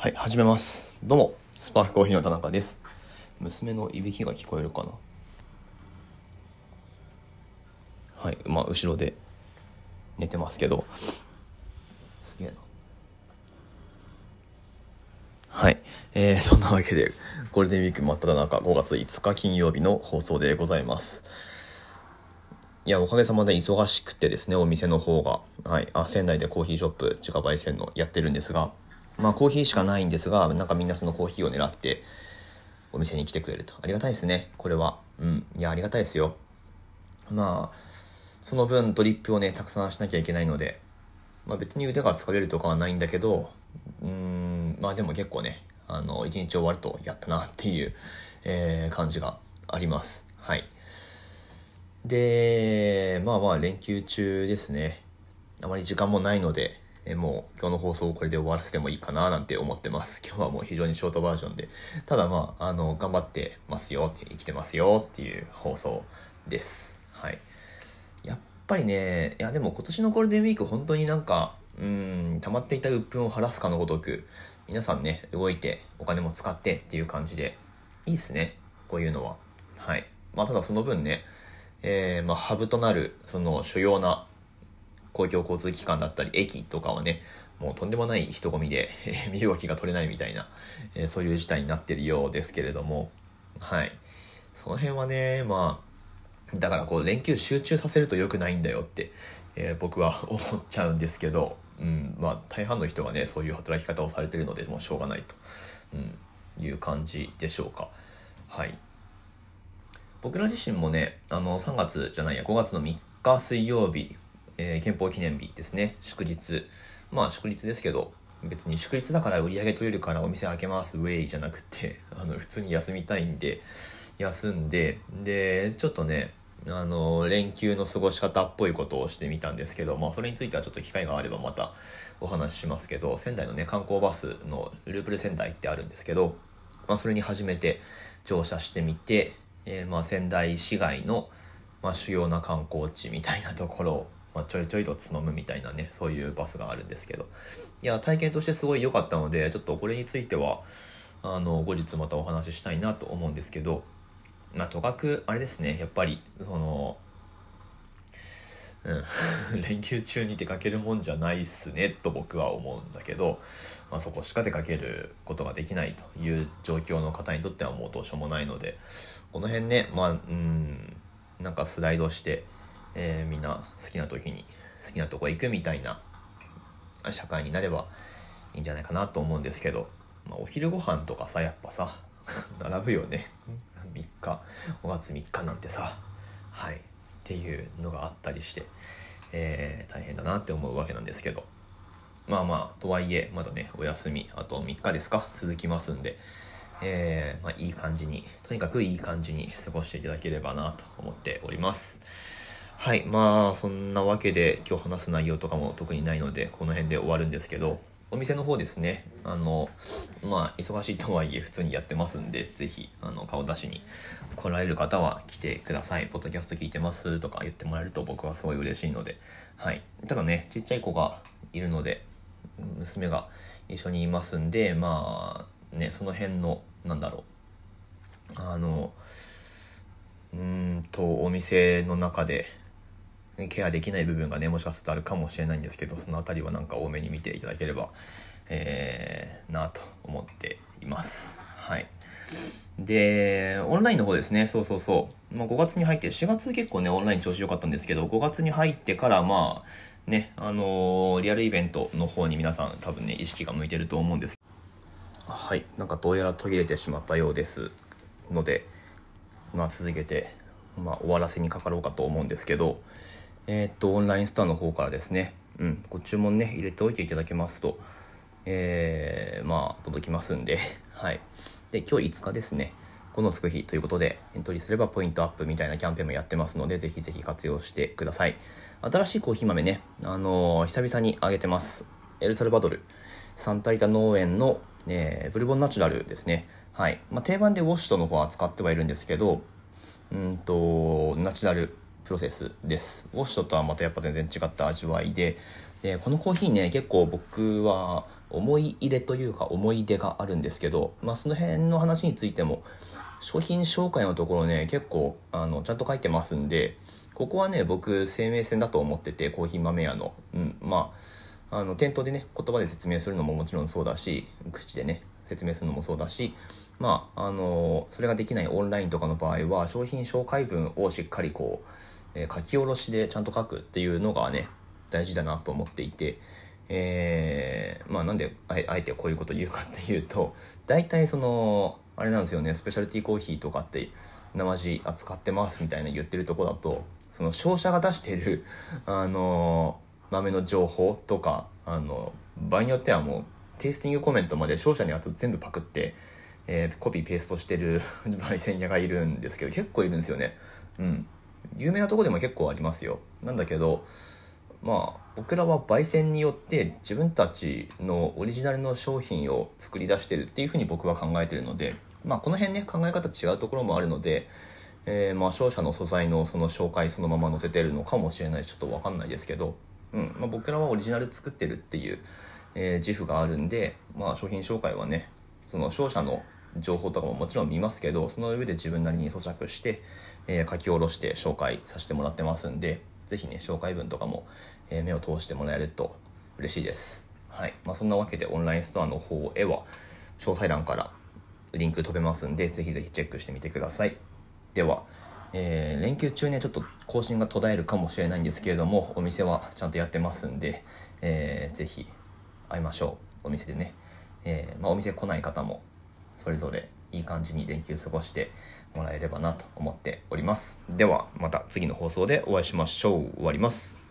はい、始めます。どうも、スパークコーヒーの田中です。娘のいびきが聞こえるかな。はい、後ろで寝てますけど、すげえな。はい、そんなわけで、ゴールデンウィーク真っ只中、5月5日金曜日の放送でございます。いや、おかげさまで忙しくてですね、お店の方が。はい、仙台でコーヒーショップ、自家焙煎のやってるんですが、コーヒーしかないんですが、なんかみんなそのコーヒーを狙って、お店に来てくれると。ありがたいですね、これは。いや、ありがたいですよ。その分ドリップをね、たくさんしなきゃいけないので、別に腕が疲れるとかはないんだけど、でも結構ね、一日終わるとやったなっていう、感じがあります。はい。で、連休中ですね。あまり時間もないので、もう今日の放送をこれで終わらせてもいいかななんて思ってます。今日はもう非常にショートバージョンで、ただ頑張ってますよ、生きてますよっていう放送です。はい。やっぱりね、いやでも今年のゴールデンウィーク本当になんか、溜まっていた鬱憤を晴らすかのごとく、皆さんね、動いてお金も使ってっていう感じで、いいですね、こういうのは。はい。ただその分ね、ハブとなる、その主要な公共交通機関だったり、駅とかはね、もうとんでもない人混みで、身動きが取れないみたいな、そういう事態になっているようですけれども、はい。その辺はね、だから連休集中させると良くないんだよって、僕は思っちゃうんですけど、大半の人がね、そういう働き方をされているので、もうしょうがないと、いう感じでしょうか。はい。僕ら自身もね、5月の3日水曜日、憲法記念日ですね、祝日。祝日ですけど、別に祝日だから売り上げ取れるからお店開けますウェイじゃなくて、普通に休みたいんで、休んで、で、ちょっとね、連休の過ごし方っぽいことをしてみたんですけど、それについてはちょっと機会があればまたお話ししますけど、仙台のね、観光バスのループル仙台ってあるんですけど、それに初めて乗車してみて、仙台市街の、主要な観光地みたいなところを、ちょいちょいとつまむみたいなね、そういうバスがあるんですけど、いや、体験としてすごい良かったので、ちょっとこれについては、後日またお話ししたいなと思うんですけど、とかく、あれですね、やっぱり、連休中に出かけるもんじゃないっすねと僕は思うんだけど、そこしか出かけることができないという状況の方にとってはもうどうしようもないので、この辺ね、なんかスライドして、みんな好きな時に好きなとこ行くみたいな社会になればいいんじゃないかなと思うんですけど、お昼ご飯とかさ、やっぱさ並ぶよね5月3日なんてさ、はいっていうのがあったりして、大変だなって思うわけなんですけど、とはいえまだねお休みあと3日ですか続きますんで、いい感じに、とにかくいい感じに過ごしていただければなと思っております。はい、そんなわけで今日話す内容とかも特にないのでこの辺で終わるんですけど、お店の方ですね、忙しいとはいえ普通にやってますんで、ぜひ顔出しに来られる方は来てください。ポッドキャスト聞いてますとか言ってもらえると僕はすごい嬉しいので、はい。ただね、ちっちゃい子がいるので、娘が一緒にいますんで、その辺のお店の中でケアできない部分がね、もしかするとあるかもしれないんですけど、そのあたりはなんか多めに見ていただければ、なと思っています。はい。で、オンラインの方ですね、5月に入って、4月結構ね、オンライン調子良かったんですけど、5月に入ってから、リアルイベントの方に皆さん多分ね、意識が向いてると思うんです。はい、なんかどうやら途切れてしまったようですので、続けて、終わらせにかかろうかと思うんですけど、オンラインストアの方からですね、ご注文ね、入れておいていただけますと、届きますんで、はい。で、今日5日ですね、5のつく日ということで、エントリーすればポイントアップみたいなキャンペーンもやってますので、ぜひぜひ活用してください。新しいコーヒー豆ね、久々にあげてます。エルサルバドル、サンタイタ農園の、ブルボンナチュラルですね。はい。定番でウォッシュとの方は使ってはいるんですけど、ナチュラルプロセスです。ウォッシュとはまたやっぱ全然違った味わいで、このコーヒーね、結構僕は思い入れというか思い出があるんですけど、その辺の話についても商品紹介のところね、結構ちゃんと書いてますんで、ここはね僕生命線だと思ってて、コーヒー豆屋の店頭でね言葉で説明するのももちろんそうだし、口でね説明するのもそうだし、それができないオンラインとかの場合は商品紹介文をしっかり書き下ろしでちゃんと書くっていうのがね大事だなと思っていて、なんであえてこういうこと言うかっていうと、大体あれなんですよね、スペシャルティーコーヒーとかって生地扱ってますみたいな言ってるとこだと、その商社が出してる豆の情報とか場合によってはもうテイスティングコメントまで商社のやつ全部パクって、コピーペーストしてる焙煎屋がいるんですけど、結構いるんですよね。有名なとこでも結構ありますよ。なんだけど僕らは焙煎によって自分たちのオリジナルの商品を作り出してるっていうふうに僕は考えてるので、この辺ね考え方違うところもあるので、商社の素材のその紹介そのまま載せてるのかもしれないし、ちょっと分かんないですけど、僕らはオリジナル作ってるっていう、自負があるんで、商品紹介はねその商社の情報とかももちろん見ますけど、その上で自分なりに咀嚼して、書き下ろして紹介させてもらってますんで、ぜひね紹介文とかも、目を通してもらえると嬉しいです。はい。そんなわけでオンラインストアの方へは詳細欄からリンク飛べますんで、ぜひぜひチェックしてみてください。では、連休中ねちょっと更新が途絶えるかもしれないんですけれども、お店はちゃんとやってますんで、ぜひ会いましょう、お店でね。お店来ない方もそれぞれいい感じに連休過ごしてもらえればなと思っております。ではまた次の放送でお会いしましょう。終わります。